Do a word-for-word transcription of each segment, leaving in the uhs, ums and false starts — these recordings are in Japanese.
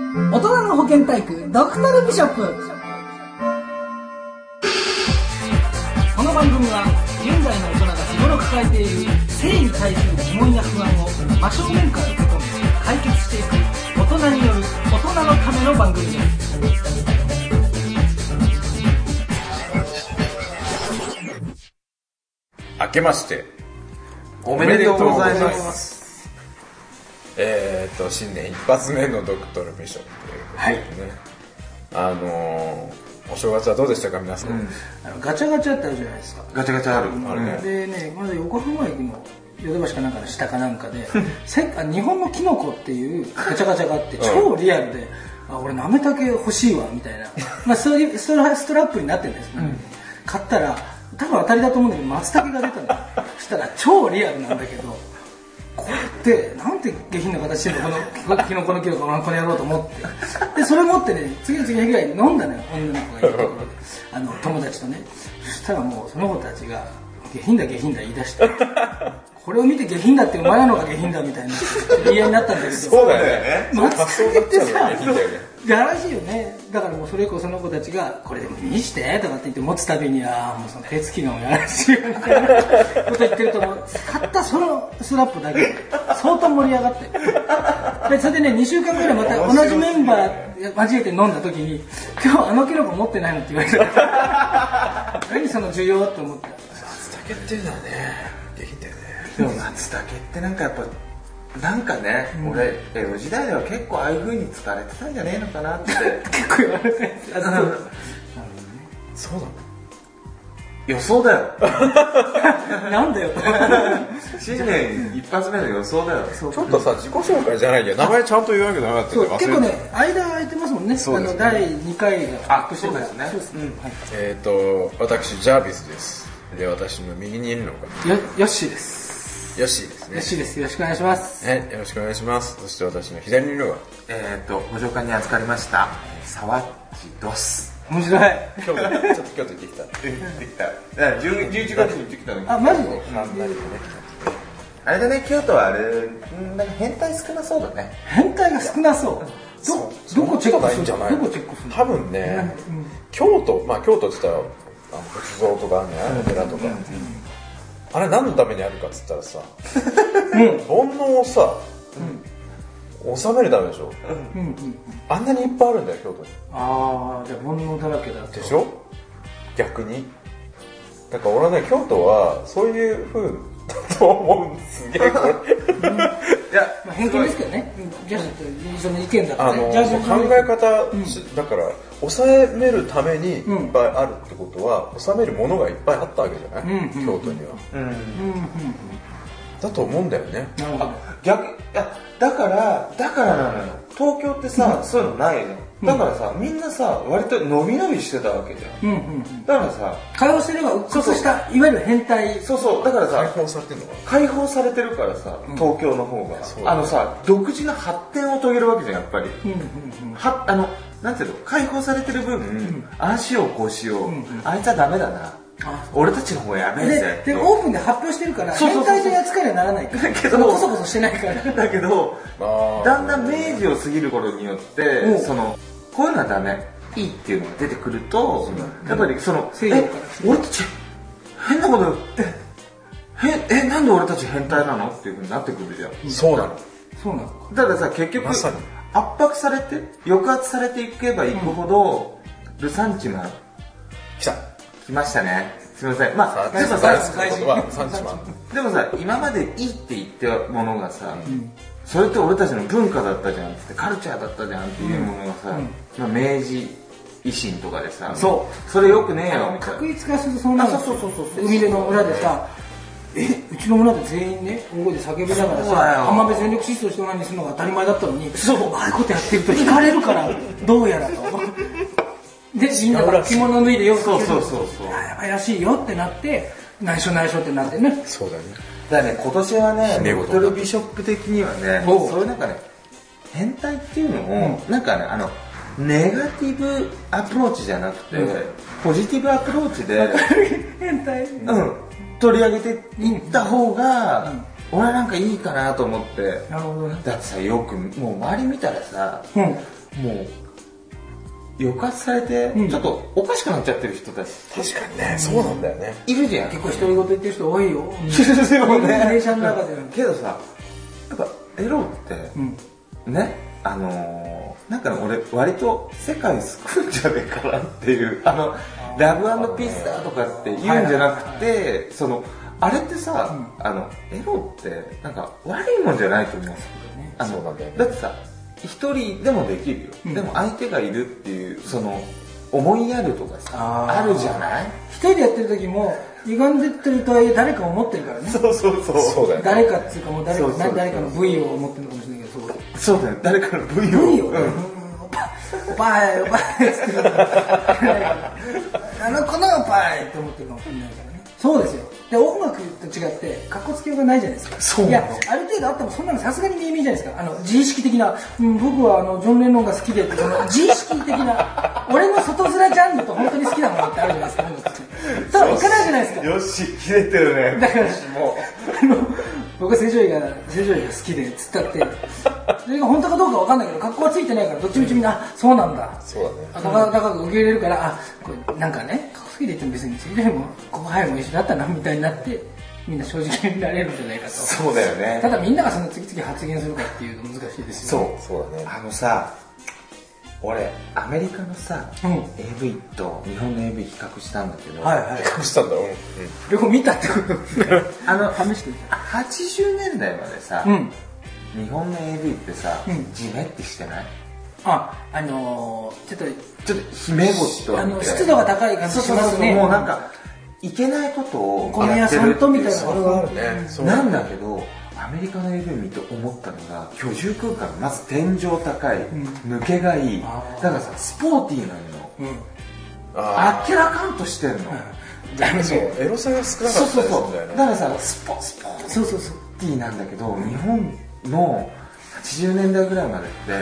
大人の保健体育ドクタルビショップ。この番組は現代の大人が日頃抱えている性に対する疑問や不安を真正面から受け止め解決していく大人による大人のための番組です。 明けましておめでとうございます。 えーと新年一発目のドクトルビショップということでね、はい、あのー、お正月はどうでしたか皆さん、うん、 あのガチャガチャってあるじゃないですか。 ガチャガチャある、うん、 あるね。でね、この間横浜駅のヨドバシかなんかの下かなんかでせ日本のキノコっていうガチャガチャがあって超リアルで、うん、あ俺なめたけ欲しいわみたいなまあそういうストラ、ストラップになってるんですけど、ね、うん、買ったら多分当たりだと思うんだけど松茸が出たの。そしたら超リアルなんだけど、これってなんて下品な形してるのこのキノコのキノコのこれやろうと思ってでそれ持ってね次の次の日ぐらいに飲んだのよ、女の子がいるところであの友達とね。そしたらもうその子たちが下品だ下品だ言い出してこれを見て下品だってお前らのが下品だみたいな言い合いになったんだけどそうだよね。 松茸ってさやらしいよね。だからもうそれ以降その子たちがこれでも見してとかって言って持つたびにああもうその手つきがもやらしいよみたいなこと言ってるともうたったそのスラップだけ相当盛り上がってでそれでねにしゅうかんぐらいまた同じメンバー交えて飲んだ時に今日あのキノコ持ってないのって言われた何その需要って思って。 松茸っていうのはね下品だよね。 でも松茸ってなんかやっぱなんかね、うん、俺江戸時代では結構ああいう風に使われてたんじゃねえのかなって結構言われてる。あそう、ね、 そうなの予想だよなんだよ新年一発目の予想だよ。 ちょっとさ自己紹介じゃないけど名前ちゃんと言わなきゃダメだったんで結構ね間空いてますもんね。 そうですね、 あのだいにかいがあそうですね。 そうですね、うん、はい、 えっ、ー、と私ジャービスです。で私の右にいるのがよヨッシーです。 ヨッシーですね。 ヨッシーです。よろしくお願いします。 はい、よろしくお願いします。そして私の左にいるのがえっ、ー、とご紹介に預かりました沢地ドス。 面白い。 今日ちょっと京都行ってきた。行ってきた。じゅういちがつに行ってきたの。 あマジで。 あれだね、京都はあれなんか変態少なそうだね。 変態が少なそう。どどこチェックするんじゃない？どこチェックする？ 多分ね、うん、京都まあ京都って言ったらあの仏像とかあるね、お寺とか、うんうんうん、あれ何のためにあるかっつったらさ、うん、煩悩をさ、うん、収めるためでしょ、うんうんうん、あんなにいっぱいあるんだよ京都に。 ああじゃあ煩悩だらけだでしょ逆に。だから俺はね京都はそういう風だと思うんすげえこれ、うん、いや、 まあ、偏見ですけどね。じゃあその意見だとね、あのじゃあ考え方、うん、だから抑めるためにいっぱいあるってことは、うん、収めるものがいっぱいあったわけじゃない、うん、京都には、うんうんうん、だと思うんだよね。 あ逆いやだからだからなのよ。東京ってさ、うん、そういうのないの。だからさ、みんなさ割と伸び伸びしてたわけじゃん、うんうんうん、だからさ解放してればうっ屈したいわゆる変態。 そうそうだからさ解放されてるのかな。 解放されてるからさ東京の方が、うん、あのさ独自な発展を遂げるわけじゃんやっぱり、うんうんうん、はあのなんていうの解放されてる分、うん、ああしようこうしよう、うんうん、あいつはダメだな俺たちの方やべえぜで, でオープンで発表してるから変態という扱いにはならないからけどコソコソしてないからだけどだんだん明治を過ぎる頃によってそのこういうのはダメいいっていうのが出てくると、うん、やっぱりそのえ俺たち変なことええなんで俺たち変態なのっていう風になってくるじゃん、 うん、そうなのそうなのだからさ結局、ま、圧迫されて抑圧されていけばいくほど、うん、ルサンチマン来た来ましたね。すみません。まあ、でもさ、でもさ、今までいいって言ったものがさ、うん、それって俺たちの文化だったじゃんって、カルチャーだったじゃんっていうものがさ、うんまあ、明治維新とかでさ、 そうそれよくねえよみたいな。 確立化するとそうなる。そうそうそうそう。海辺の裏でさ、え、うちの村で全員ね、大声で叫びながらさ、浜辺全力疾走して何にするのが当たり前だったのに、そうああいうことやってると惹かれるから、どうやらと。でみんなが着物脱いでよくそうそうそうそうやばいらしいよってなって内緒内緒ってなってね。 そうだね。 だからね今年はねドクトルビショップ的にはねそういうなんかね変態っていうのを、うん、なんかねあのネガティブアプローチじゃなくて、うん、ポジティブアプローチで変態、 うん、取り上げていった方が、うん、 俺なんかいいかなと思って。 なるほどね。 だってさ、よくもう周り見たらさ、 うん、 もう抑圧されて、うん、ちょっとおかしくなっちゃってる人たち。 確かにね、そうなんだよね。 いるじゃん。 結構独り言言ってる人多いよ。 でもね、 電車の中で。 けどさ、やっぱエロって、うん、ね、あのー、なんか俺割と世界救うんじゃねえかなっていう、あのラブ&ピースだとかって言うんじゃなくて、そのあれってさ、うん、あのエロってなんか悪いもんじゃないと思うんですよね。あのそうなんだよね。だってさ、一人でもできるよ、うん、でも相手がいるっていうその思いやるとかさ あ, あるじゃない。 一人でやってる時も歪んでってるとはいえ誰かを持ってるからね。 そうそうそう、そうだよね。 誰かっていうかもう 誰, かそうそうそう誰かの部位を持ってるのかもしれないけど、 そうそうだよ、誰かの部位を部位を、うん、おぱいおぱいってあの子のおぱいって思ってるかもしれないからね。そうですよ。で、音楽と違ってカッコつけようがないじゃないですか。 そういや、ある程度あってもそんなのさすがに見え見えじゃないですか。あの自意識的な、うん、僕はあのジョン・レノンが好きでって、その自意識的な俺の外面ジャンルと本当に好きなものってあるじゃないですか。音楽ってただいかないじゃないですか。 よし、切れてるね。 だからもうあの僕は正常位が正常位が好きでつったってそれが本当かどうかわかんないけど、格好はついてないからどっちみちみんな、あ、そうなんだ、 そうだね、 高高く受け入れるから、あ、これなんかね、格好つけて言っても別に正常位もここ入るも一緒だったなみたいになってみんな正直になれるんじゃないかと。 そうだよね。 ただみんながその次々発言するかっていうと難しいですよね。そうそうだね。あのさ、俺アメリカのさ、うん、エーブイ と日本の エーブイ 比較したんだけど、 はいはい、比較したんだ。うん、 両方見たってことあの試してみた。はちじゅうねんだいまでさ、うん、日本の エーブイ ってさ、うん、ジメってしてない？ あ、あのー、ちょっとちょっと姫事あの湿度が高い感じしますね。 もうなんかいけないことを小宮さんとみたいなのがあるね。 なんだけどアメリカの エーブイ 見て思ったのが、居住空間まず天井高い、うん、抜けがいい、だからさスポーティーなの、うん、あっけらかんとしてるの、 うん、そうエロさが少なかったりするんだよね。 だからさスポスポそうそうそうティーなんだけど、日本のはちじゅうねんだいぐらいまでって、うん、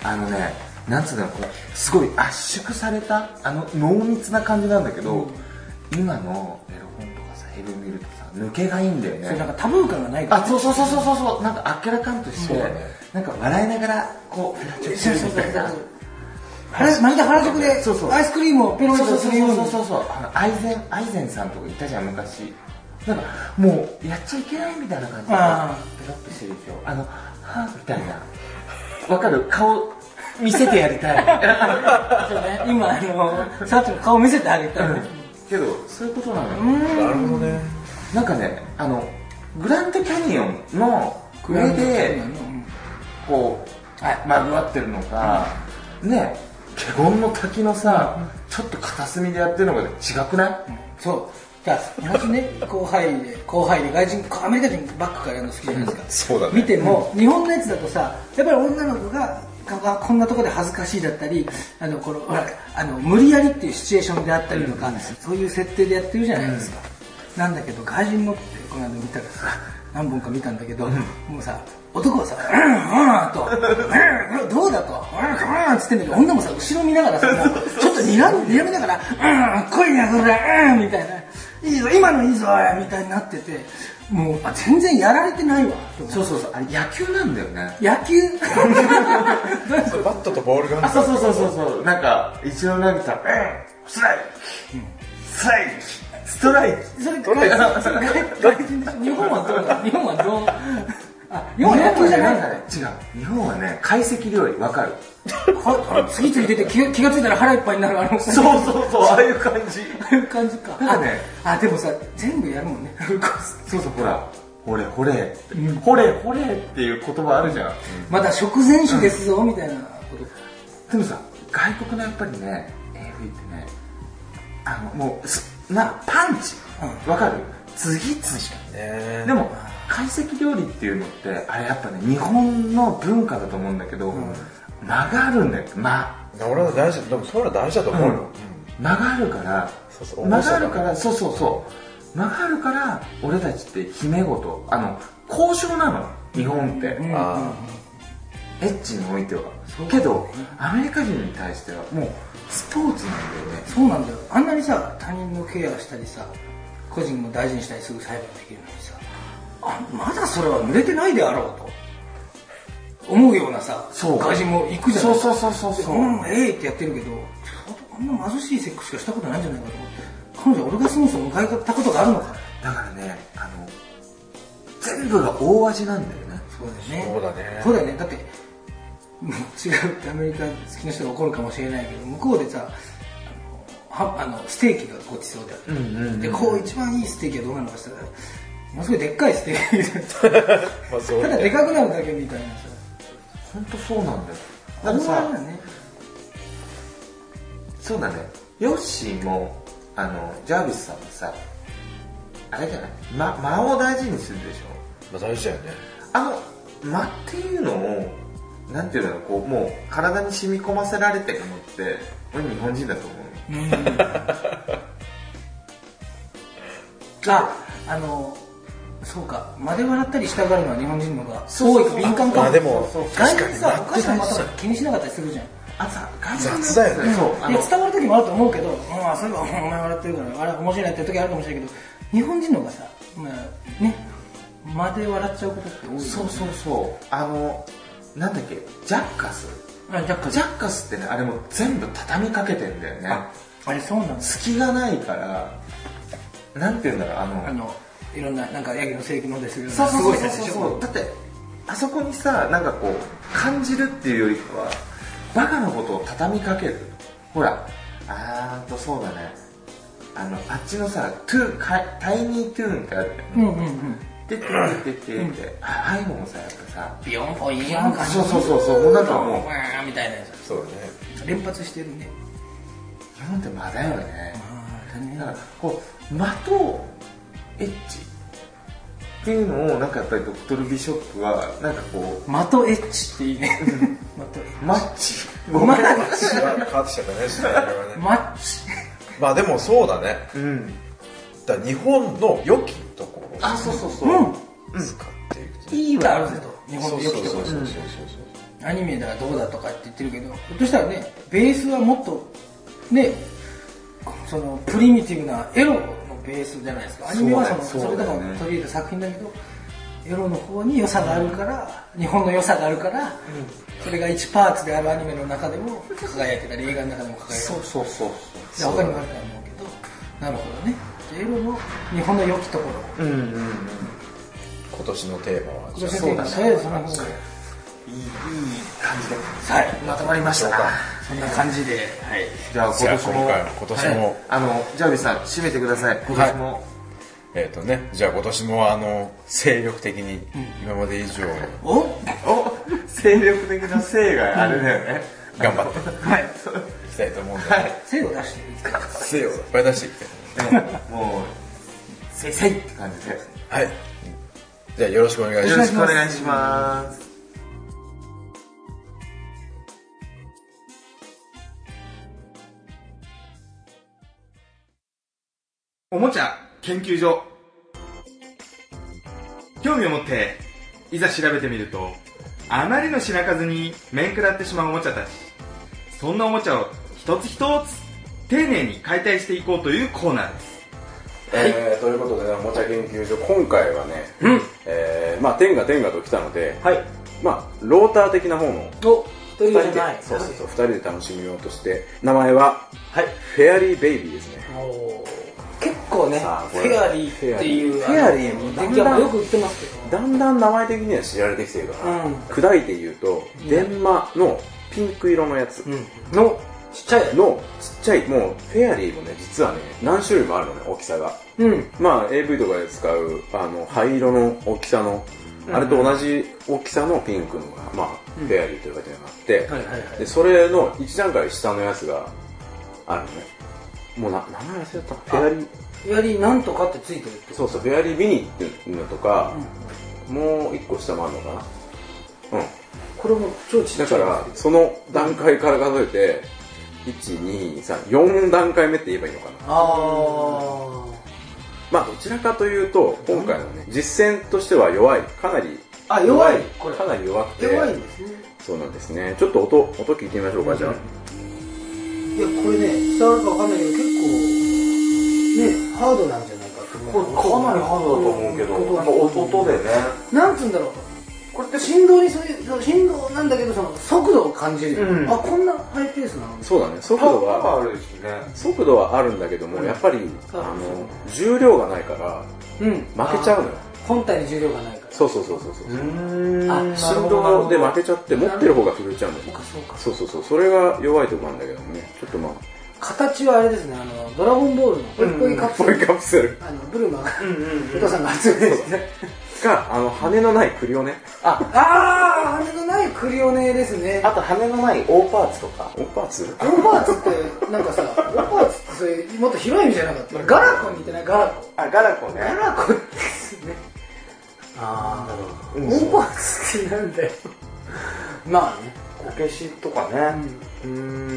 あのね、なんつうの、こうすごい圧縮されたあの濃密な感じなんだけど、うん、今のエロ本とかさ、エーブイ見るとさ、抜けがいいんだよね。 そう、なんかタブー感がないから、ね、 あ、そうそうそうそうそう、なんかあっけらかんとして、ね、なんか笑いながらこうフェラチオしてるみたいな。 まるで原宿でアイスクリームをペロリとするように。 そうそうそうそう、あのアイゼンアイゼンさんとかいたじゃん昔。なんかもうやっちゃいけないみたいな感じでペロッとしてるでしょ。あのはぁみたいな。わかる？顔見せてやりたい。 そうね。今あのさっきの顔見せてあげたい。うん、 けどそういうことなのよ。 なるほどね。 なんかね、あのグランドキャニオンの上でこうまぐわってるのか、ね、華厳の滝のさ、ちょっと片隅でやってるのが違くない？ そう。じゃあ同じね、後輩で後輩で外人アメリカ人バックからやるの好きじゃないですか。 そうだね。 見ても、うん、日本のやつだとさ、やっぱり女の子がこんなところで恥ずかしいだったり、あのこのほらあの無理やりっていうシチュエーションであったりとか、うん、そういう設定でやってるじゃないですか。うん、なんだけど外人のってこの間見たらさ、何本か見たんだけど、うん、もうさ。男はさ、うんうんと、うん、どうだと、うんうんつってんだけど、女もさ、後ろ見ながらさ、ちょっとにらみながら、うん、来いな、これ、うん、みたいな、いいぞ、今のいいぞ、みたいになってて、もう、あ、全然やられてないわ。 そうそうそう、あれ野球なんだよね。 野球そうバットとボールがあ、そうそうそうそうそう、なんか、一応投げたら、うん、スライク、スライク、ストライク。 それ、外人でしょ。日本はどうだ日本はどうあ、日本は野球じゃないんだね。 違う。日本はね、懐石料理、わかる。 次々出て気が気がついたら腹いっぱいになるあの。 そうそうそう、ああいう感じ。 ああいう感じか。 なんかね、 あ、でもさ、全部やるもんね。 そうそう、ほら、ほれほれって、うん、ほれほれっていう言葉あるじゃん。 まだ食前酒ですぞ、うん、みたいなこと。 でもさ、外国のやっぱりね、エーブイ ってね、あの、もう、な、パンチ。わ、うん、かる？次々。でも、懐石料理っていうのってあれやっぱね日本の文化だと思うんだけど、うん、間があるんだよ。間俺は大事。でもそれは大事だと思うよ、 うん、間があるからそうそう間があるからそうそうそう間があるから俺たちって姫事あの交渉なの日本って、うん、あエッチにおいてはけどアメリカ人に対してはもうスポーツなんだよね。 そうなんだよ。あんなにさ他人のケアしたりさ個人も大事にしたりする裁判できるのにさあまだそれは濡れてないであろうと思うようなさ外人も行くじゃない。 そうそうそうそうそう、 うん、ええってやってるけどこんな貧しいセックスしかしたことないんじゃないかと思って、彼女はオルガスムスを迎えたことがあるのか。 だからね、あの全部が大味なんだよね。 そうだよね。 そうだね。 そうだよね。だって違うってアメリカ好きな人が怒るかもしれないけど、向こうでさあのはあのステーキがごちそうである、うんうんうん、でこう一番いいステーキはどうなのかしたらものすごいでっかいステーキまあそう、ね、ただでかくなるだけみたいなさ。 本当そうなんだよ。だからさ、ね、そうだね。ヨッシーもあのジャービスさんもさあれじゃない、ま、間を大事にするでしょ。 まあ大事だよね。 あの間っていうのをなんていうの、こうもう体に染み込ませられてるのって俺日本人だと思う。うんあ、あのそうか、間で笑ったりしたがるのは日本人の方が多いか敏感かも。 でも外人さ、お母さんまた気にしなかったりするじゃん。 あさ、 雑だよね。 そうで伝わる時もあると思うけど、まあそれはお前笑ってるからあれ面白いなっていう時あるかもしれないけど、日本人の方がさ、まあね、間で笑っちゃうことって多い、ね。 そうそうそう。あのなんだっけ、ジャッカス。 あ、ジャッカス。 ジャッカスってね、あれも全部畳みかけてんだよね。 あ、あれそうなんだ。 隙がないから、なんていうんだろう、あの。 あのいろんな、なんかヤギの世紀のですよね。 そうそうそうそうそう。だって、あそこにさ、なんかこう、感じるっていうよりかは、バカなことを畳みかける。ほら、あーとそうだね。あの、あっちのさ、トゥー、タイニートゥーンってあるよね。 うんうんうん。 でててててって、ああいうのもさ、やっぱさ、 ビヨンポイヨンか。 そうそうそうそう、もうなんかもう、 わーみたいなやつ。 そうね。 連発してるね。 日本って間だよね。 あーだから、こう、間とエッチっていうのを、なんかやっぱりドクトル・ビショップは、なんかこう、間とエッチっていいね。 マッチ。 マッチ。 変わってきちゃったね、 マッチ。 まあでもそうだね。 うん。 だ日本の良きところをあ、そうそうそう。 うん。使っていく。 いいはあるぜと。日本の良きところ。 そうそうそうそう。 アニメだからどうだとかって言ってるけど、ひょっとしたらね、ベースはもっと、ね、そのプリミティブなエロのベースじゃないですか。アニメはそのそれとか取り入れた作品だけど、エロの方に良さがあるから、日本の良さがあるから、それがいちパーツであるアニメの中でも輝けたり、映画の中でも輝けたり。 そうそうそう。 じゃあ他にもあると思うけど、なるほどね。エロの日本の良きところ。 うんうんうん。 今年のテーマは今年のテーマはとりあえずその方がいいいい感じで、 はい、まとまりましたか。そんな感じで、はい。 じゃあ今年も、 今年も、 あのジャービーさん締めてください。今年も。 えっとね、じゃあ今年もあの精力的に今まで以上おお精力的な精があれだよね。 頑張ってはいいきたいと思うんで、 精を出していきたい。 精をいっぱい出していきたい。 もうせいせいって感じで。 はい。じゃあよろしくお願いします。 よろしくお願いします。おもちゃ研究所。興味を持っていざ調べてみると、あまりの品数に面食らってしまうおもちゃたち。そんなおもちゃを一つ一つ丁寧に解体していこうというコーナーです。 えー、ということでね、おもちゃ研究所、今回はね、うん、えー、まあ天が天がと来たので、はい、まあローター的なものをふたりで、そうそうそう、ふたりで楽しみようとして、名前は、はい、フェアリーベイビーですね。お結構ね、フェアリーっていうフェアリーもだんだんよく売ってますけど、 だんだん名前的には知られてきてるから、うん、砕いて言うと、電マのピンク色のやつ、うん、 のちっちゃいのちっちゃい、もうフェアリーもね、実はね、何種類もあるのね、大きさが、うん、まあ エーブイ とかで使うあの灰色の大きさの、うん、あれと同じ大きさのピンクのが、まあ、うん、フェアリーというわけがあって、でそれのいち段階下のやつがあるのね。もうな名前忘れた。フェアリーフェアリーなんとかってついてるって。 そうそう、フェアリービニっていうのとか、うん、もう一個下もあるのかな。うん。 これも超ちっちゃい。 だからその段階から数えて、いち、に、さん、よん段階目って言えばいいのかな。ああ。まあどちらかというと今回のね、実践としては弱い、かなりあ弱い、 これかなり弱くて、 弱いんですね。 そうなんですね。ちょっと音音聞いてみましょうか、うん、じゃあ。 いやこれね伝わるかわかんないけど結構ねハードなんじゃないかってこれかなりハードだと思うけど、音でね。 なんつうんだろう。これって振動にそういう振動なんだけどその速度を感じる、うん、あこんなハイペースなの。 そうだね。速度はあるしね。 速度はあるんだけども、うん、やっぱりあの重量がないから、うん、負けちゃうのよ。 本体に重量がないから。 そうそうそうそうそう。あ振動で負けちゃって持ってる方が震えちゃうんだよ。 そうかそうそうそう。それが弱いところなんだけどね。ちょっとまあ。 形はあれですね、あのドラゴンボールのポイポイカプセル、 ポイカプセル、 あのブルマがお父さんが集めてがあの羽のないクリオネ、 ああ羽のないクリオネですね。 あと羽のないオーパーツとか。 オーパーツ？ オーパーツってなんかさ、オーパーツってそれもっと広い意味じゃなかった。ガラコに似てない？ガラコ。 あガラコね。 ガラコですね。ああ、なるほど。オーパーツってなんだよ。まあね。 こけしとかね。 うん。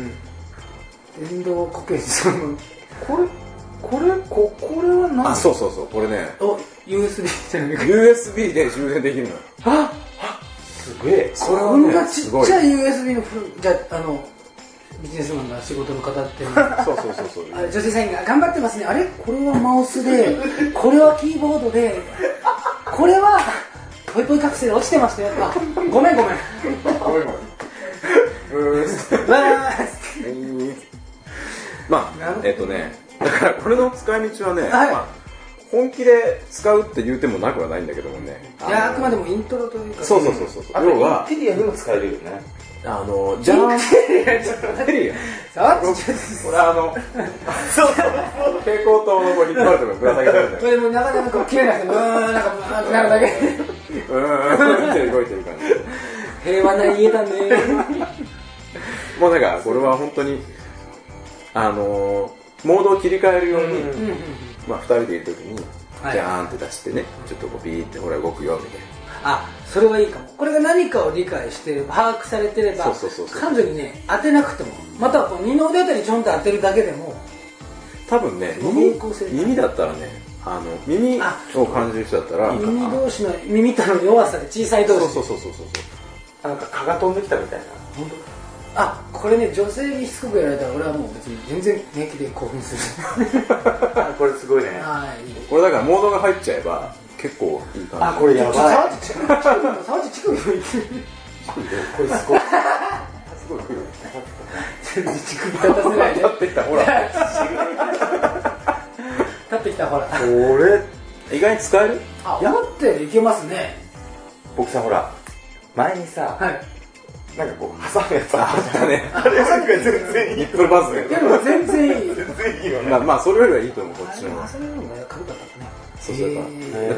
電動こけしそのこれこれここれは何？ あそうそうそうこれね。 お ユーエスビー じゃないか。 ユーエスビー で充電できるのよ。 あすげえ。 それはねこんなちっちゃい ユーエスビー のじゃああのビジネスマンが仕事の方ってそうそうそうそう。 あれ女性社員が頑張ってますね。あれこれはマウスでこれはキーボードでこれはポイポイカプセル落ちてましたよ。あごめんごめん。ごめんごめん。うーまあ、えっとね、だからこれの使い道はね、 はい、 まあ、本気で使うって言うてもなくはないんだけどもね。 いや、あくまでもイントロというか。 そうそうそうそう。 要は、インテリアにも使えるよね。 あの、じゃーん。インテリア触っちゃう。 俺あの、そうそう、蛍光灯の引っ張るとかぶら下げられるんだよ。 これでもなかなかこう、綺麗な人、うーん、なんか、うーんってなるだけ。 うーん、動いてる動いてる感じ。 平和な家だね。 もうだからこれは本当にあのー、モードを切り替えるように、うんうん、まあふたりでいるときにジャーンって出してね、ちょっとこうビーってほら動くよみたいな。 あ、それはいいかも。これが何かを理解してれば把握されてれば、 そうそうそうそう、 彼女にね当てなくても、またはこう二の腕あたりにちょんと当てるだけでも、 多分ね 耳, 耳だったらね、あの耳を感じる人だったら耳同士の耳との弱さで小さい同士。 そうそうそうそうそう。 なんか蚊が飛んできたみたいな。 本当。あ、これね、女性にしつこくやられたら俺はもう別に全然平気で興奮する。 あ、これすごいね。 はい。 これだからモードが入っちゃえば結構いい感じ。 あ、これやばい。 触って乳首、触って乳首拭いてる。 これすごい。すごい来る。 乳首立たせないで。 立ってきたほら。 立ってきたほら。 これ意外に使える？ あ、思ったよりいけますね。 僕さほら前にさ。はい。なんかこう挟むやつあったね。 あれなんか全然いい。 ニップルバズね。 でも全然いい。 全然いいよね。 まあまあそれよりはいいと思うこっちの。 あ、それよりも軽かったね。 そうそう。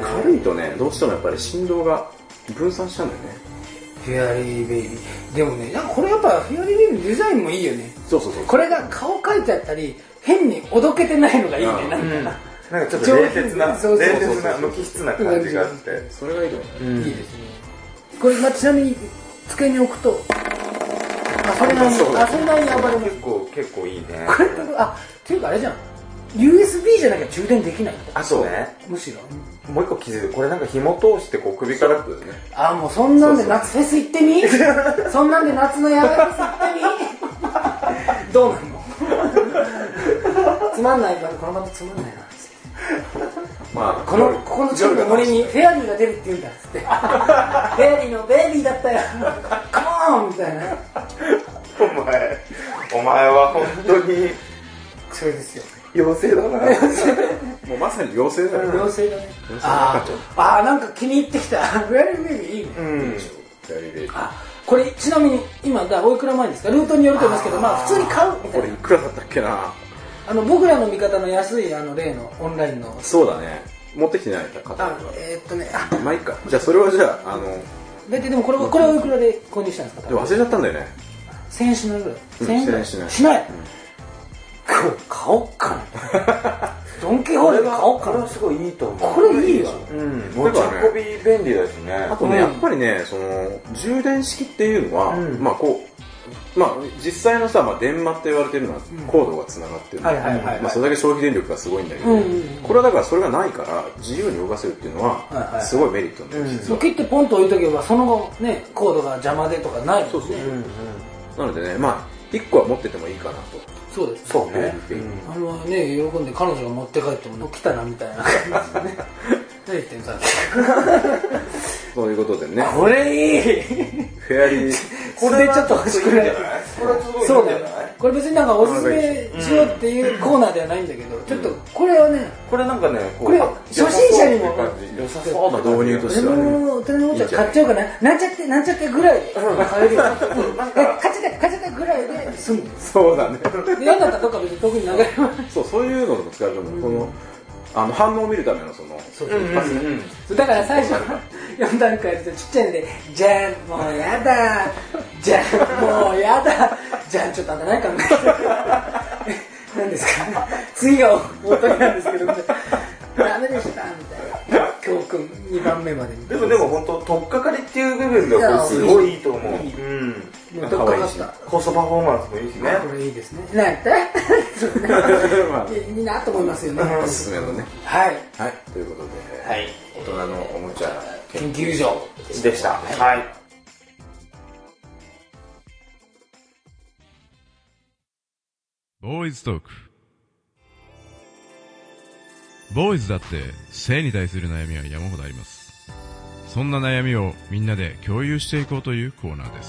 軽いとねどうしてもやっぱり振動が分散しちゃうんだよね。 フェアリーベイビー。でもね、なんかこれやっぱフェアリーベイビーのデザインもいいよね。 そうそうそう。 これが顔描いてあったり変におどけてないのがいいね。なんか。 なんかちょっと冷徹な、冷徹な無機質な感じがあって、 それがいいと思う。 いいですね。これまあちなみに机に置くと。あ、それなりに、あ、それなりに暴れます。 結構、結構いいね。 これって、あ、っていうかあれじゃん。ユーエスビー じゃなきゃ充電できない。 あ、そうね。 むしろ。 もう一個気づいて、これなんか紐通してこう首からくるね。 あ、もうそんなんで夏フェス行ってみそんなんで夏の野外フェス行ってみどうなんのつまんないから、このバンドつまんないな。まあ、この、ここの近くの森にフェアリーが出るって言うんだっつって。フェアリーのベイビーだったよ。カモーンみたいな。 お前、お前は本当に、 それですよ。 妖精だな。 もうまさに妖精だよ。 妖精だね。ああ、なんか気に入ってきた。フェアリーベイビーいいね。うん。 フェアリーベイビー。 あ、これちなみに今だおいくら前ですか？ルートによると思いますけど、まあ普通に買うみたいな。 これいくらだったっけな。 あの僕らの味方の安いあの例のオンラインの。 そうだね。持ってきてないか。 あ、えー、っとね。 あ、まあいいか。じゃあそれはじゃああの。 大体でもこれはこれはおいくらで購入したんですか？ でも忘れちゃったんだよね。 せんえんしないぐらい。 せんえんぐらいしない。 しない。これ買おっかな。ドンキホーテで買おうかな。 これはすごいいいと思う。 これいいわ。 うん。持ち運び便利だしね。 あとね、やっぱりね、その充電式っていうのは、まあこう、まあ実際のさ、まあ電話って言われてるのはコードがつながってるので、まあそれだけ消費電力がすごいんだけど、これはだからそれがないから自由に動かせるっていうのはすごいメリットなんですよ。 切ってポンと置いとけばその後ねコードが邪魔でとかない。 そうそう。なのでね、まあいっこは持っててもいいかなと。 そうですね。 そうね。 あれはね、喜んで彼女が持って帰っても来たなみたいな感じですね。何言ってんさ。 そういうことでね。 これいい。 フェアリー。 これちょっと欲しくない。 これすごいいいんじそうだよ。 ゃない？ これ別になんかおすすめしようっていうコーナーではないんだけど、ちょっとこれはね、 これなんかね、 これ初心者にも良さそうな導入としてはね。 俺も大人のおもちゃ買っちゃおうかな。なんちゃってなんちゃってぐらいで買えるよ。買っちゃった買っちゃったぐらいで済む。 そうだね。 嫌だったらどっか別に特に流れます。 そう、そういうのでも使えると思う。この、あの、反応を見るためのその、 そうそうそう。だから最初よん段階でちっちゃいんで、じゃん、もうやだ、じゃん、もうやだ、じゃん、ちょっとあんた何考えて何ですか次が大谷なんですけど、ダメでしたみたいな教訓にばんめまでに。 でもでも本当取っかかりっていう部分ではすごいいいと思う。うん。 もうどっかかった。 コストパフォーマンスもいいしね。 これいいですね。なんていいなと思いますよね。 おすすめのね。 はい。 はい。ということで、 はい。 大人のおもちゃ研究所でした。はい。 ボーイズトーク。ボーイズだって性に対する悩みは山ほどあります。そんな悩みをみんなで共有していこうというコーナーです。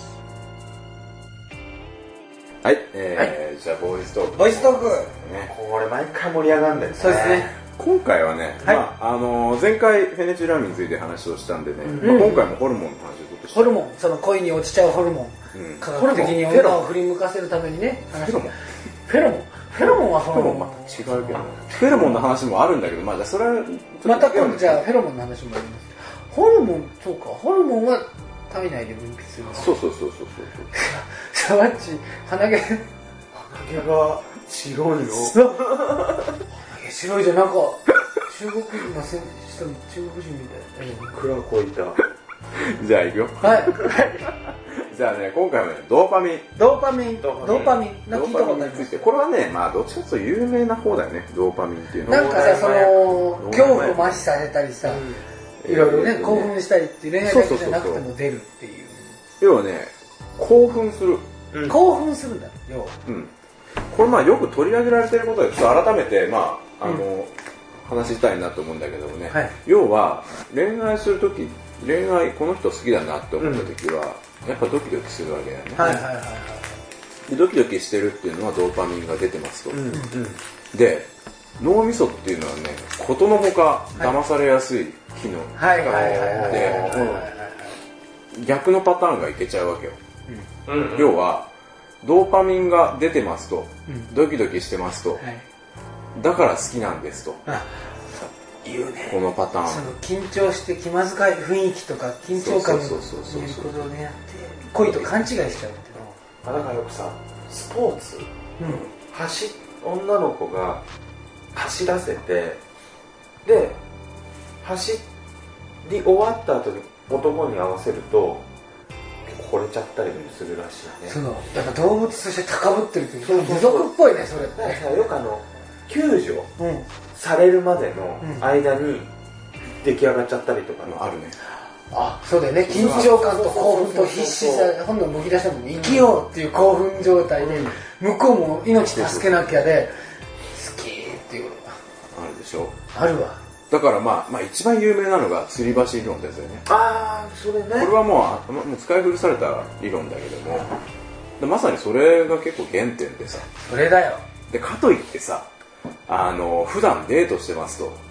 はい、えーはい、じゃあボーイズトーク。 ボーイズトーク、 ね、これ毎回盛り上がるんだよね。 そうですね。 今回はね、はい、まああのー、前回フェネチュラミについて話をしたんでね、うんまあ、今回もホルモンの話をちょっとしてホルモン、その恋に落ちちゃうホルモン、うん、科学的に女を振り向かせるためにね、 フェロモンフェロモンフェロモンはホルモンまた違うけど、フェロモンの話もあるんだけど、まあじゃあそれはまた今度じゃあフェロモンの話もあります。ホルモン、そうか、ホルモンは体内で分泌する。 そうそうそうそうそうサワッチ、鼻毛鼻毛が白いの。 鼻毛白いじゃん、なんか中国人のせ人の中国人みたいな。 蔵こいた。 じゃあ行くよ。 はいじゃあね、今回はね、ドーパミン。 ドーパミン、ドーパミン、 ドーパミンについて、これはね、まあどっちかというと有名な方だよね、ドーパミンっていうのは。 なんかさ、その恐怖を麻痺させたりさ、いろいろね、興奮したりっていう恋愛だけじゃなくても出るっていう。 要はね、興奮する。 興奮するんだ、要は。 うん。これまあよく取り上げられてることで、ちょっと改めて、まあ、あの、話したいなと思うんだけどもね、要は恋愛するとき、恋愛この人好きだなって思ったときは、やっぱドキドキするわけだよね。 はいはいはいはい。 でドキドキしてるっていうのはドーパミンが出てますと。うんうん、で、脳みそっていうのはね、ことのほか騙されやすい機能があって、逆のパターンがいけちゃうわけよ。うんうん、要は、ドーパミンが出てますと、うん、ドキドキしてますと、はい、だから好きなんですと。 言うね、 このパターン。 その緊張して気まずかい雰囲気とか緊張感のいうことをねやって恋と勘違いしちゃうっていうの。だからよくさ、スポーツ、うん、走女の子が走らせて、で走り終わった後に男に合わせると惚れちゃったりするらしいね。 そのやっぱ動物として高ぶってるっていう、部族っぽいねそれって。 よくあの救助、うんされるまでの間に出来上がっちゃったりとかのあるね。 あ、そうだよね。緊張感と興奮と必死さ、本能むき出したもんね。生きようっていう興奮状態で、向こうも命助けなきゃで好きっていうことがあるでしょ。 あるわ。 だからまあまあ一番有名なのが吊り橋理論ですよね。 ああ、それね。これはもうもう使い古された理論だけども、でまさにそれが結構原点でさ。 それだよ。 でかといってさ。あの普段デートしてますと、うん、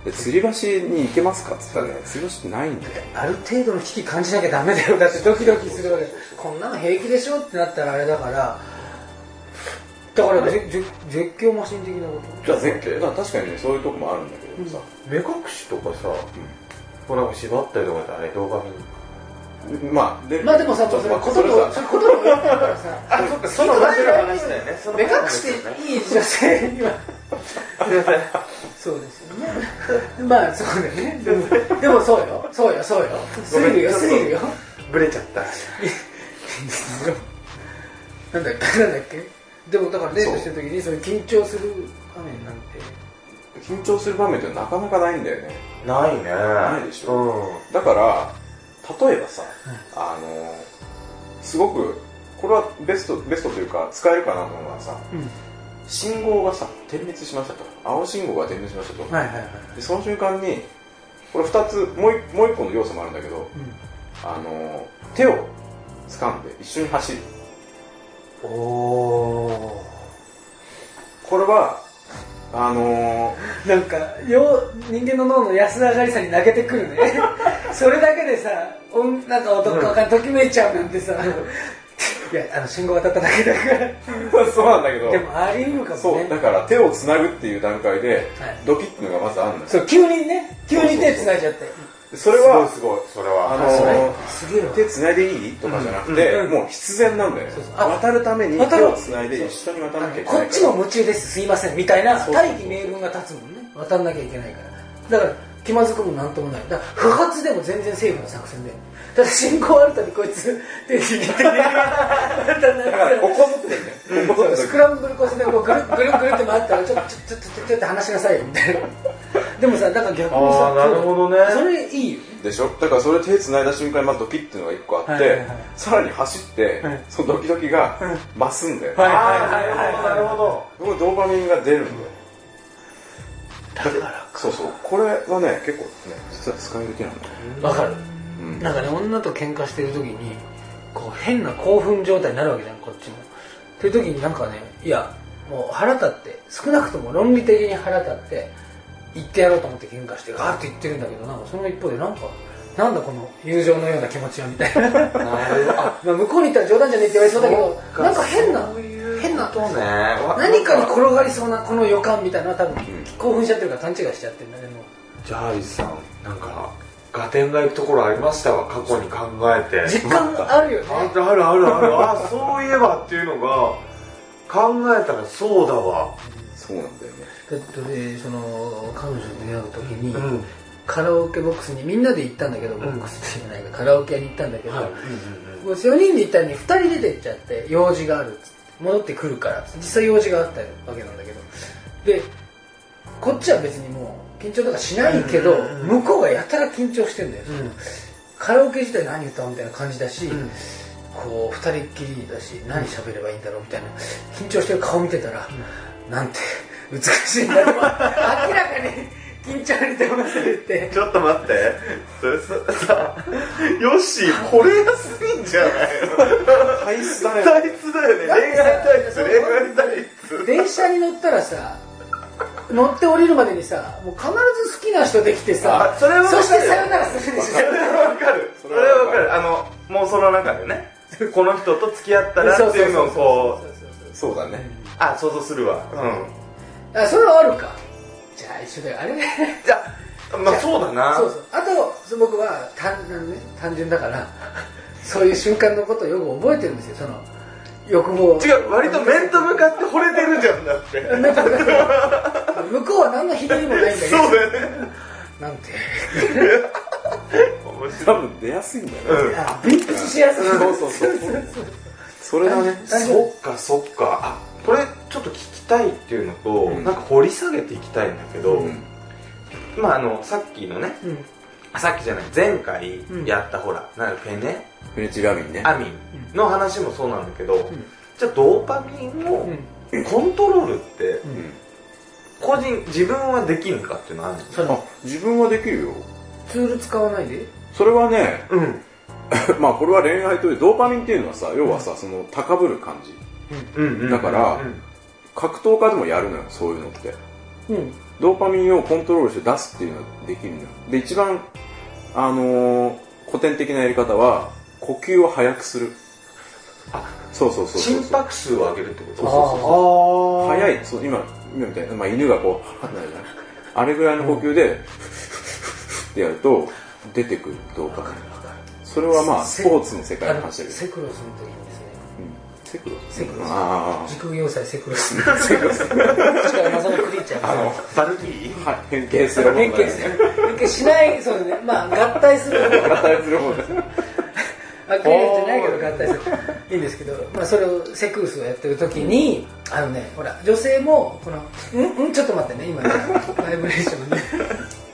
で吊り橋に行けますかって言ったらね、吊り橋ってないんだよ。 ある程度の危機感じなきゃダメだよ。だってドキドキするわけ。こんなの平気でしょってなったらあれだから、だから絶叫マシン的なこと。 じゃあ絶叫だから確かにね、そういうとこもあるんだけどさ、 うん、目隠しとかさ、うん、なんか縛ったりとかってあれ動画見る。 まあ、 でまあでもさ、それこととそれことと言ってるからさ、 あ、そっか、その話の話だよね。 目隠していい女性にはそうですよね。まあそうだよね。でもでもそうよ、そうよ、そうよ。スリルよ、スリルよ。 ブレちゃった。 なんだっけ、なんだっけ。でもだからデートしてる時にそういう緊張する場面なんて。 緊張する場面ってなかなかないんだよね。 ないね。 ないでしょ。うん、だから。例えばさ、うん、あのすごくこれはベストベストというか使えるかなと思うのはさ、うん、信号がさ点滅しましたと、青信号が点滅しましたと、はいはいはい、でその瞬間にこれふたつもうもう一個の要素もあるんだけど、うん、あの手を掴んで一緒に走る。おー、これはあのー、なんかよ人間の脳の安上がりさに投げてくるねそれだけでさなんか男がときめいちゃうなんてさいやあの信号渡っただけだからそうなんだけど、 でもあり得るかもね。 そうだから手をつなぐっていう段階で、はい、ドキッっていうのがまずあるんだよ。 そう急にね急に手つないじゃって、 それはすごいすごい、それはあのー、手つないでいいとかじゃなくて、うんうん、もう必然なんだよね。そうそう、渡るために手をつないで一緒に渡らなきゃいけないから、 こっちも夢中ですすいませんみたいな大義名分が立つもんね。渡らなきゃいけないから、だから気まずくもなんともない。だから不発でも全然セーフな作戦で、ただ信号あるたびこいつ手に入れてだからここ持ってね、ここスクランブルコースでこうぐるぐるぐるって回ったらちょっとちょっとちょっとちょっと話しなさいよみたいなでもさ、だから逆にさ、 あ、なるほどね、 それいいよでしょ。だからそれ手繋いだ瞬間にまずドキッっていうのが一個あって、はいはいはい、さらに走って、はい、そのドキドキが増すんだよ、 はいはいはいはい、なるほど。 これドーパミンが出るんだよ、 だからそうそう、これはね結構ね実は使える手なんだよ。 わかる、うん、なんかね女と喧嘩してる時にこう変な興奮状態になるわけじゃんこっちも。っていう時になんかね、いやもう腹立って少なくとも論理的に腹立って言ってやろうと思って喧嘩してガーッと言ってるんだけど、なんかその一方でなんかなんだこの友情のような気持ちはみたいなあ、まあ、向こうに行ったら冗談じゃねえって言われそうだけど、なんか変な変な、ね、何かに転がりそうなこの予感みたいなのは多分興奮しちゃってるから勘違いしちゃってるんだけど、 ジャーイさんなんか合点がいくところありましたわ、過去に考えて実感あるよね。 あるあるあるあるあ、そういえばっていうのが考えたらそうだわ。 そうなんだよね。 だってその彼女と出会う時に、うん、カラオケボックスにみんなで行ったんだけど、うん、ボックスじゃないかカラオケ屋に行ったんだけど、はい、うんうん、よにんで行ったのにふたり出てっちゃって用事があるっつって戻ってくるから実際用事があったわけなんだけど、でこっちは別にもう緊張とかしないけど、うんうんうん、向こうがやたら緊張してるんだよ、うん、カラオケ自体何歌うみたいな感じだし、うん、こうふたりっきりだし何喋ればいいんだろうみたいな緊張してる顔見てたら、うん、なんて美しいんだと明らかに緊張に騙されて。 ちょっと待って、それさヨッシーこれ安いんじゃないの体質だよ体質だよね、恋愛体質恋愛体質。 電車に乗ったらさ乗って降りるまでにさもう必ず好きな人できてさ、 それはそしてさよならするでしょ。 それはわかる、それはわかる。あのもうその中でねこの人と付き合ったらっていうのをこう、 そうだね、 あ、想像するわ、 うん、あ、それはあるか。じゃあ一緒だよあれね。 じゃあまあそうだな。 そうそう。あと僕は単、ね、単純だからそういう瞬間のことをよく覚えてるんですよ。その欲望。 違う、割と面と向かって惚れてるじゃんだって。面と向かって向こうは何のひねりもないんだけど。 そうだよね。 なんて多分出やすいんだよね。 あ、ビップスしやすい。 そうそうそう。それだね。 そっかそっか。あ、これちょっと聞きたいっていうのと、うん、なんか掘り下げていきたいんだけど、うん、まああのさっきのね、うん、さっきじゃない前回やった、うん、ほらなんかペネペネチルアミンね、 アミンの話もそうなんだけど、うん、じゃあドーパミンをコントロールって、うん、個人自分はできるかっていうのはあるんですか？ あ、自分はできるよ。 ツール使わないで。 それはね、うん、まあこれは恋愛というドーパミンっていうのはさ、要はさその高ぶる感じ。だから格闘家でもやるのよそういうのって、うん、ドーパミンをコントロールして出すっていうのができるのよ。で一番、あのー、古典的なやり方は呼吸を速くする。 あ、 そうそうそうそう、 心拍数を上げるってこと？ そうそうそう、速い、そう 今, 今みたいな、まあ、犬がこうなるじゃないあれぐらいの呼吸で、うん、ってやると出てくるドーパミン。それはまあスポーツの世界の話だけど、 セクロスの時にセクロス、 セクロス、あ、時空要塞セクロス、 セクロス、 口から謎のクリーチャー、 あのバルキリー、 はい、変形するもの、 変形する、変形しない、そうですね、まあ合体するもの、 合体するもの、 あ、クリーチじゃないけど合体する、いいんですけど、まあそれをセクロスをやってる時に、あのね、ほら女性もこの、うんうんちょっと待ってね、今ね、バイブレーションね、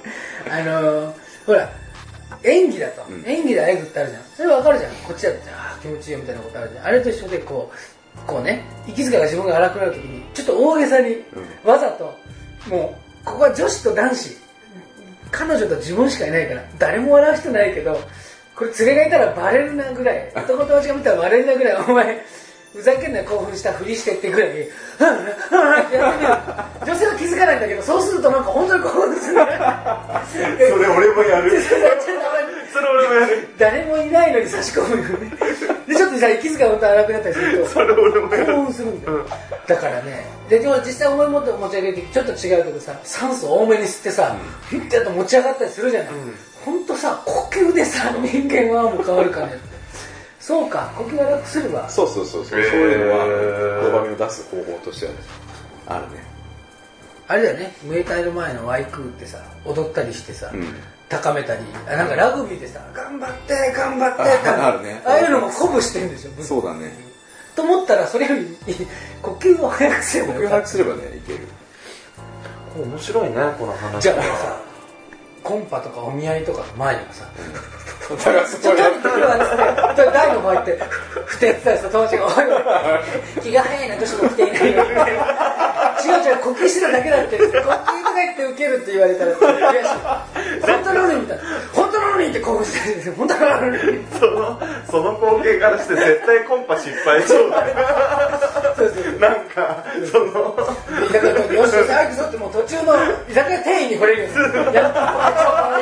あのほら演技だと、演技であえぐってあるじゃん、それわかるじゃん、こっちだって、あ気持ちいいよみたいなことあるじゃん。あれと一緒でこうこうね、息遣いが自分が荒くなるときにちょっと大げさに、うん、わざともうここは女子と男子、彼女と自分しかいないから誰も笑う人ないけど、これ連れがいたらバレるなぐらい、男友達が見たらバレるなぐらい、お前ふざけんな興奮したふりしてってぐらい、うんうんってやってみる。女性は気づかないんだけど、そうするとなんか本当に興奮する。 それ俺もやる。それ俺もやる。 誰もいないのに差し込むよね。でちょっとさ息遣いが本当荒くなったりすると、 それ俺もやる。 興奮するんだよ。だからね、でも実際重いもの持ち上げてちょっと違うけどさ、酸素多めに吸ってさ、ふってやると持ち上がったりするじゃない。本当さ、呼吸でさ人間はもう変わるかね。そうか、呼吸が楽すれば。 そうそうそうそう、そういうのはドーパミンを出す方法としてはね、あるね。 あれだよね、ムエタイの前のワイクーってさ、踊ったりしてさ、 うん、 高めたり、あ、なんかラグビーでさ、頑張って頑張ってってあるね。 ああいうのも鼓舞してるんでしょ。 そうだね。 と思ったらそれより呼吸を早くすれば呼吸を早くすればね、いける。 面白いね、この話。 じゃあさ、コンパとかお見合いとかの前にもさ、 だからそこやってるわっつって台の前行ってふてやってたりさ、友達が「おい気が早いな、女子も来ていないよ」みたいな「違う違う、呼吸してただけだって」呼吸とか言ってウケるって言われたら悔しい。本当なのにみたいな、本当なのにって興奮してるんですよ。本当なのにそのその光景からして絶対コンパ失敗そうだね。 そうそうそう、 なんかその居酒屋でよしよし早くぞって、もう途中の居酒屋店員に惚れるようにやったら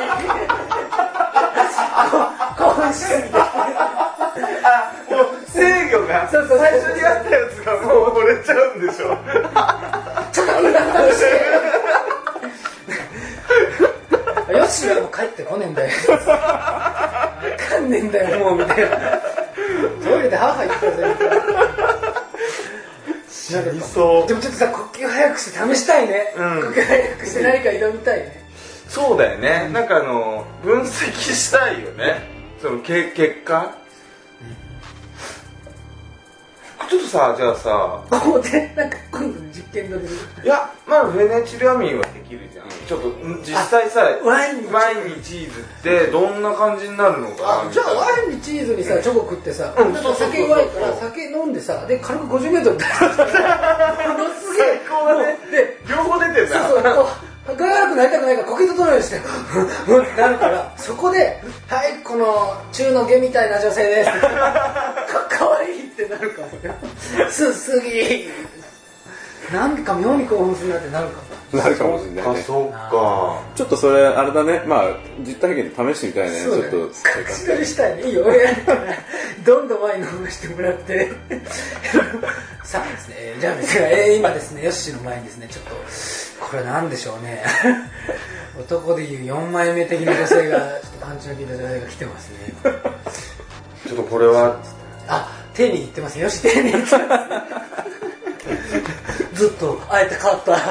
興奮しすぎて、 あ、もう制御がそうそう最初にやったやつがもう惚れちゃうんでしょ。 ちょっとうなったりしてよしはもう帰ってこねえんだよわかんねえんだよもうみたいな、トイレで母言ってたぜみたいな。なんかそうでもちょっとさ、呼吸早くして試したいね、うん、呼吸早くして何か挑みたいね。 そうだよね、うん、なんかあの分析したいよね、そのけ結果、うん、ちょっとさ、じゃあさ、 こうでなんか今度実験ので、 いや、まあフェネチルアミンはできるじゃん、うん、ちょっと実際さ、 ワインにワインにチーズってどんな感じになるのかな。 あ、じゃあワインにチーズにさ、チョコ食ってさ、うん、だから酒弱いから酒飲んでさ、で軽くごじゅうメートル出してものすげえ最高だね。で両方出てるんだ。 そうそう、具合悪くなりたくないから呼吸整えるしてうんってなるから、そこで「はいこの中の下みたいな女性です」か, かわいいってなるかも。すすぎなんか妙に興奮するなってなるかも。 なるかもしれないね。 そうか、 ちょっとそれあれだね、まあ実体験で試してみたいね。 そうね、 ちょっと隠し撮りしたいね。いいよ、どんどんワイン飲ましてもらってさあですね、じゃあですね、えー、今ですね、ヨッシーの前にですね、ちょっとこれなんでしょうね男でいうよんまいめ的な女性がちょっとパンチの効いた女性が来てますねちょっとこれはあ、手に言ってますね、よし手に言ってますずっとあえて変わったな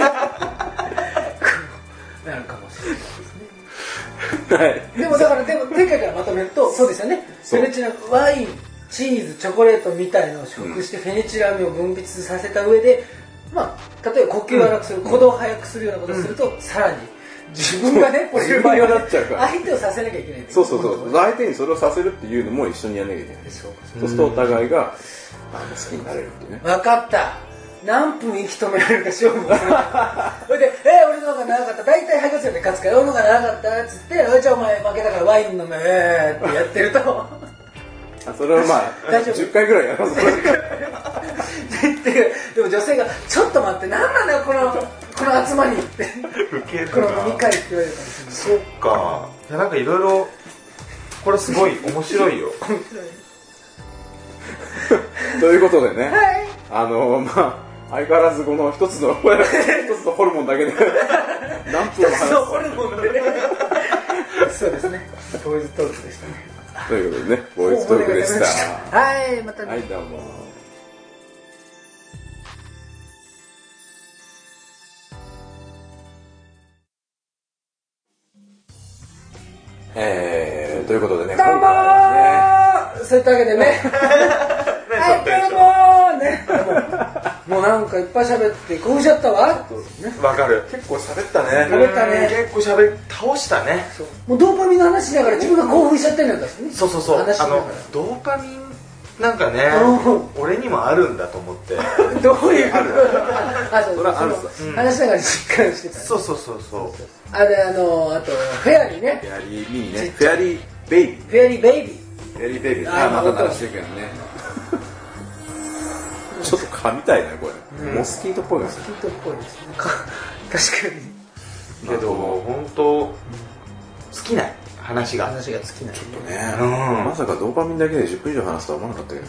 るかもしれないですね、はい、でもだからでも前回からまとめるとそうですよね、フェネチラワイン、チーズ、チョコレートみたいのを食してフェネチラミンを分泌させた上で、まあ、例えば呼吸を荒くする、鼓動を速くするようなことをすると、うん、さらに自分がね、これ自分がなっちゃうから相手をさせなきゃいけない。 そうそうそう、相手にそれをさせるっていうのも一緒にやんなきゃいけない。そうそうするとお互いがあの好きになれるっていうね。 分かった。何分息止められるか勝負をする。それで、えー、俺の方が長かった。大体早くするで勝つから、俺の方が長かったっつって、じゃあお前負けたからワイン飲めーってやってると。 あ、それはまあじゅっかいぐらいやらせる。 でも女性がちょっと待って、何なんだよこのこの集まりってこの飲み会って言われたんですよ。そっか。いやなんかいろいろこれすごい面白いよ。面白い。 ということでね、 はい、 あのまあ相変わらずこの一つの一つのホルモンだけで何分も話す。 ホルモンでね。そうですね。ボーイズトークでしたね。 ということでね、ボーイズトークでした。 はい、またね。 はい、どうも。えー、ということでね、 どうもー、今回はね、そういったわけでね、はい、どうもーね、もうなんかいっぱい喋って興奮しちゃったわ。 わかる。結構喋ったね。 喋ったね。 結構喋り倒したね。 もうドーパミンの話しながら自分が興奮しちゃってるんだからね。 そうそうそう。あのドーパミンっなんかね俺にもあるんだと思ってどういうことあそうそれはあるさ話しながら実感してたそうそうそうそうあれあのあとフェアリーねフェアリーミニねフェアリーベイビーフェアリーベイビーフェアリーベイビーあーあまた鳴らしてるけどねちょっと蚊みたいなこれモスキートっぽいですねモスキートっぽいですねか確かにけど本当尽きない話が話が尽きないちょっとねまさかドーパミンだけでじゅっぷん以上話すとは思わなかったけど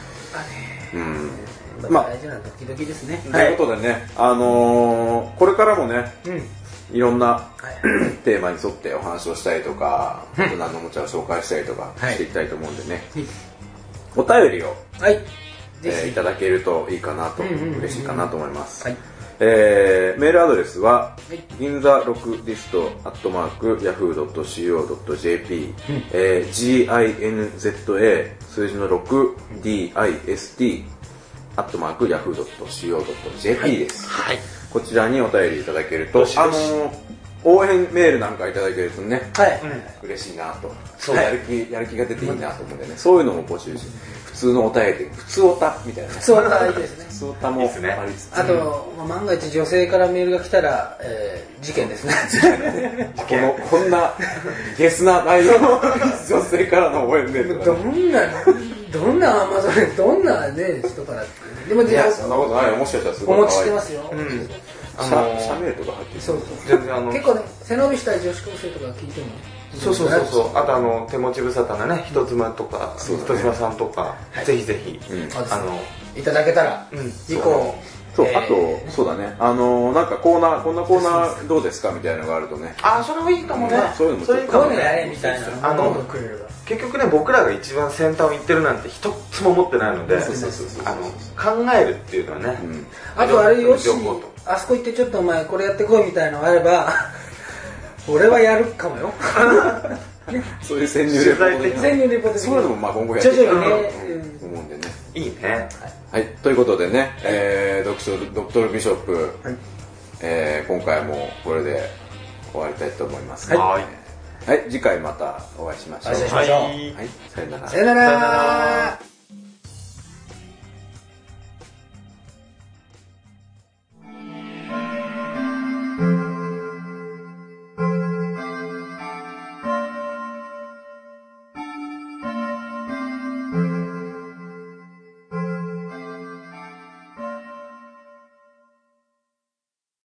うんまあ大事なドキドキですねということでねあのこれからもねいろんなテーマに沿ってお話をしたりとか大人のおもちゃを紹介したりとかしていきたいと思うんでねお便りをはいえー、いただけるといいかなと、嬉しいかなと思います、はいえー、メールアドレスは、はい、銀座ろくディストアットマークヤフー ドット シーオー ドット ジェーピー、うんえー、ジーアイエヌゼットエー 数字の ろくディーアイエスティー アットマークヤフー ドット シーオー ドット ジェーピー です、はいはい、こちらにお便りいただけるとあのー応援メールなんかいただけるとね、はい、嬉しいなと、そうやる気やる気が出ていいなと思うんでね、そういうのも募集し、普通のお便りで普通おたみたいな、 普通おたいいですね。 普通おたもありつつ、 あと、まあ、万が一女性からメールが来たら、えー、事件ですね。 このこんなゲスな内容の女性からの応援メール、 どんなどんなアマゾンどんなね人からって、でもいやそんなことないよ、もしかしたらすごいお持ちしてますよ。 うんシャ, シャメールとか入ってるそうそう全然あの結構ね背伸びしたい女子高生とか聞いてもそうそうそうそうあとあの手持ち無沙汰なね人妻とか人妻さんとか、はい、ぜひぜひ、うん、 あのいただけたら、うん、以降そう、えー、あとそうだねあのなんかコーナーこんなコーナーどうですかみたいなのがあるとねあそれもいいかもね、 うん、そういうのもそういうのやれみたいなあの結局ね僕らが一番先端を行ってるなんて一つも持ってないので考えるっていうのはね、うん、 あとあれよしあそこ行ってちょっとお前これやってこいみたいなのがあれば俺はやるかもよそういう潜入レポート的な潜入レポート的なそういうのもまあ今後やっていきたいと思うんでねいいねはいということでね、えー、ドクトルドクトルビショップ、はいえー、今回もこれで終わりたいと思いますはい、はい、次回またお会いしましょうお会いしましょう、はい、 さよならさよなら